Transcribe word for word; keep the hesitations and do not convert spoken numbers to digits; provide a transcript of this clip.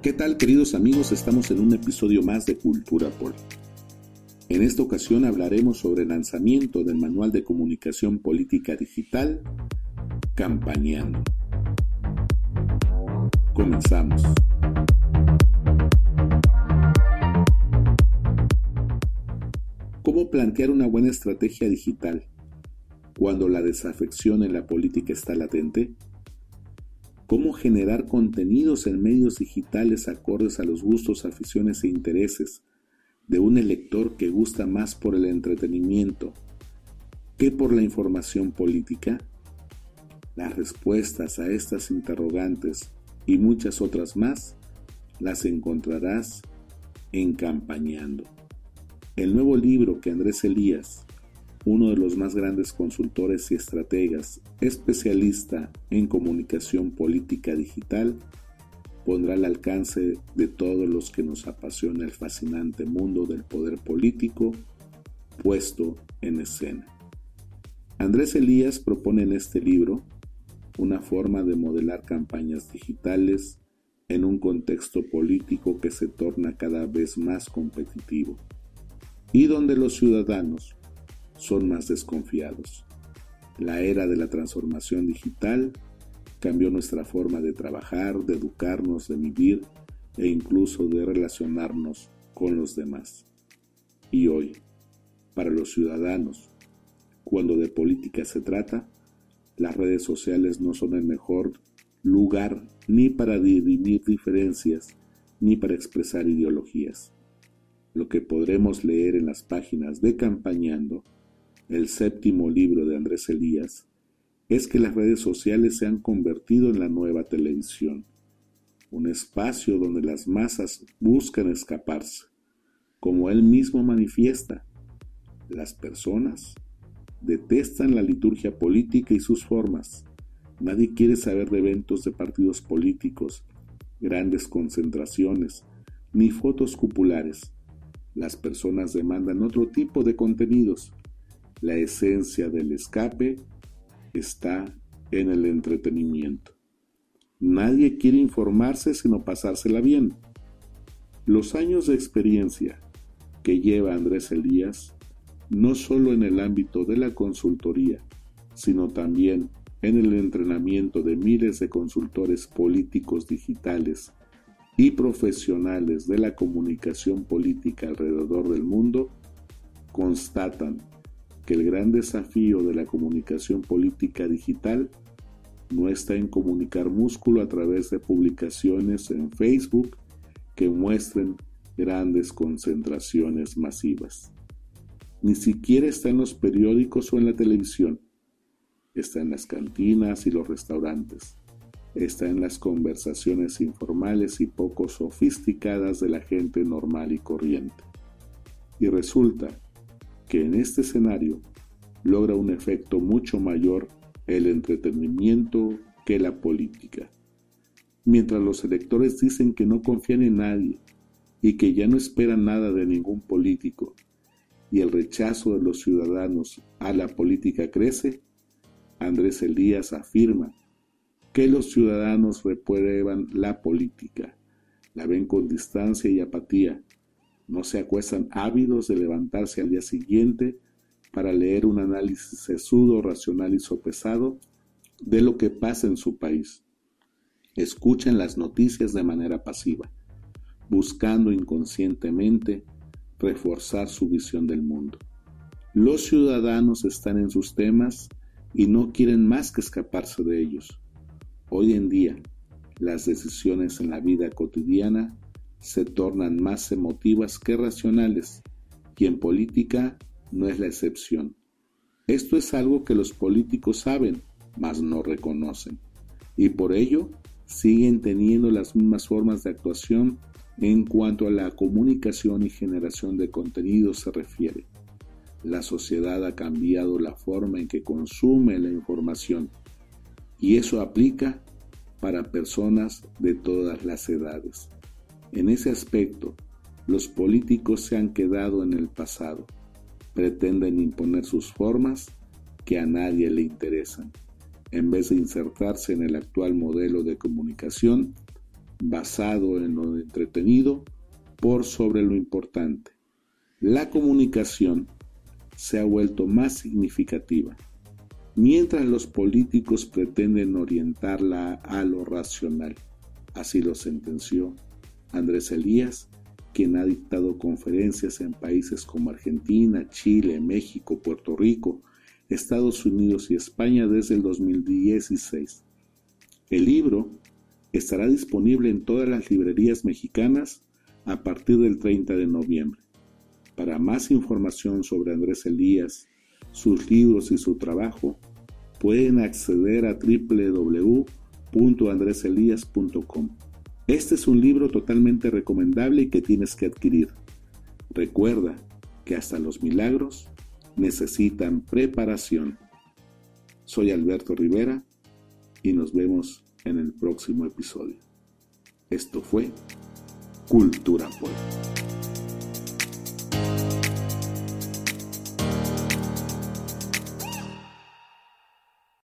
¿Qué tal, queridos amigos? Estamos en un episodio más de Cultura Pol. En esta ocasión hablaremos sobre el lanzamiento del Manual de Comunicación Política Digital, Campañando. Comenzamos. ¿Cómo plantear una buena estrategia digital cuando la desafección en la política está latente? ¿Cómo generar contenidos en medios digitales acordes a los gustos, aficiones e intereses de un elector que gusta más por el entretenimiento que por la información política? Las respuestas a estas interrogantes y muchas otras más las encontrarás en Campañando, el nuevo libro que Andrés Elías, uno de los más grandes consultores y estrategas, especialista en comunicación política digital, pondrá al alcance de todos los que nos apasiona el fascinante mundo del poder político puesto en escena. Andrés Elías propone en este libro una forma de modelar campañas digitales en un contexto político que se torna cada vez más competitivo y donde los ciudadanos son más desconfiados. La era de la transformación digital cambió nuestra forma de trabajar, de educarnos, de vivir e incluso de relacionarnos con los demás. Y hoy, para los ciudadanos, cuando de política se trata, las redes sociales no son el mejor lugar ni para dirimir diferencias ni para expresar ideologías. Lo que podremos leer en las páginas de Campañando, el séptimo libro de Andrés Elías, es que las redes sociales se han convertido en la nueva televisión, un espacio donde las masas buscan escaparse. Como él mismo manifiesta, las personas detestan la liturgia política y sus formas. Nadie quiere saber de eventos de partidos políticos, grandes concentraciones, ni fotos cupulares. Las personas demandan otro tipo de contenidos. La esencia del escape está en el entretenimiento. Nadie quiere informarse sino pasársela bien. Los años de experiencia que lleva Andrés Elías, no solo en el ámbito de la consultoría, sino también en el entrenamiento de miles de consultores políticos digitales y profesionales de la comunicación política alrededor del mundo, constatan que el gran desafío de la comunicación política digital no está en comunicar músculo a través de publicaciones en Facebook que muestren grandes concentraciones masivas. Ni siquiera está en los periódicos o en la televisión. Está en las cantinas y los restaurantes. Está en las conversaciones informales y poco sofisticadas de la gente normal y corriente. Y resulta que en este escenario logra un efecto mucho mayor el entretenimiento que la política. Mientras los electores dicen que no confían en nadie y que ya no esperan nada de ningún político, y el rechazo de los ciudadanos a la política crece, Andrés Elías afirma que los ciudadanos reprueban la política, la ven con distancia y apatía. No se acuestan ávidos de levantarse al día siguiente para leer un análisis sesudo, racional y sopesado de lo que pasa en su país. Escuchan las noticias de manera pasiva, buscando inconscientemente reforzar su visión del mundo. Los ciudadanos están en sus temas y no quieren más que escaparse de ellos. Hoy en día, las decisiones en la vida cotidiana se tornan más emotivas que racionales, y en política no es la excepción. Esto es algo que los políticos saben, mas no reconocen, y por ello siguen teniendo las mismas formas de actuación en cuanto a la comunicación y generación de contenidos se refiere. La sociedad ha cambiado la forma en que consume la información, y eso aplica para personas de todas las edades. En ese aspecto, los políticos se han quedado en el pasado. Pretenden imponer sus formas que a nadie le interesan. En vez de insertarse en el actual modelo de comunicación, basado en lo entretenido por sobre lo importante. La comunicación se ha vuelto más significativa, mientras los políticos pretenden orientarla a lo racional. Así lo sentenció Andrés Elías, quien ha dictado conferencias en países como Argentina, Chile, México, Puerto Rico, Estados Unidos y España desde el dos mil dieciséis. El libro estará disponible en todas las librerías mexicanas a partir del treinta de noviembre. Para más información sobre Andrés Elías, sus libros y su trabajo, pueden acceder a doble u doble u doble u punto andres elías punto com. Este es un libro totalmente recomendable y que tienes que adquirir. Recuerda que hasta los milagros necesitan preparación. Soy Alberto Rivera y nos vemos en el próximo episodio. Esto fue Cultura Pop.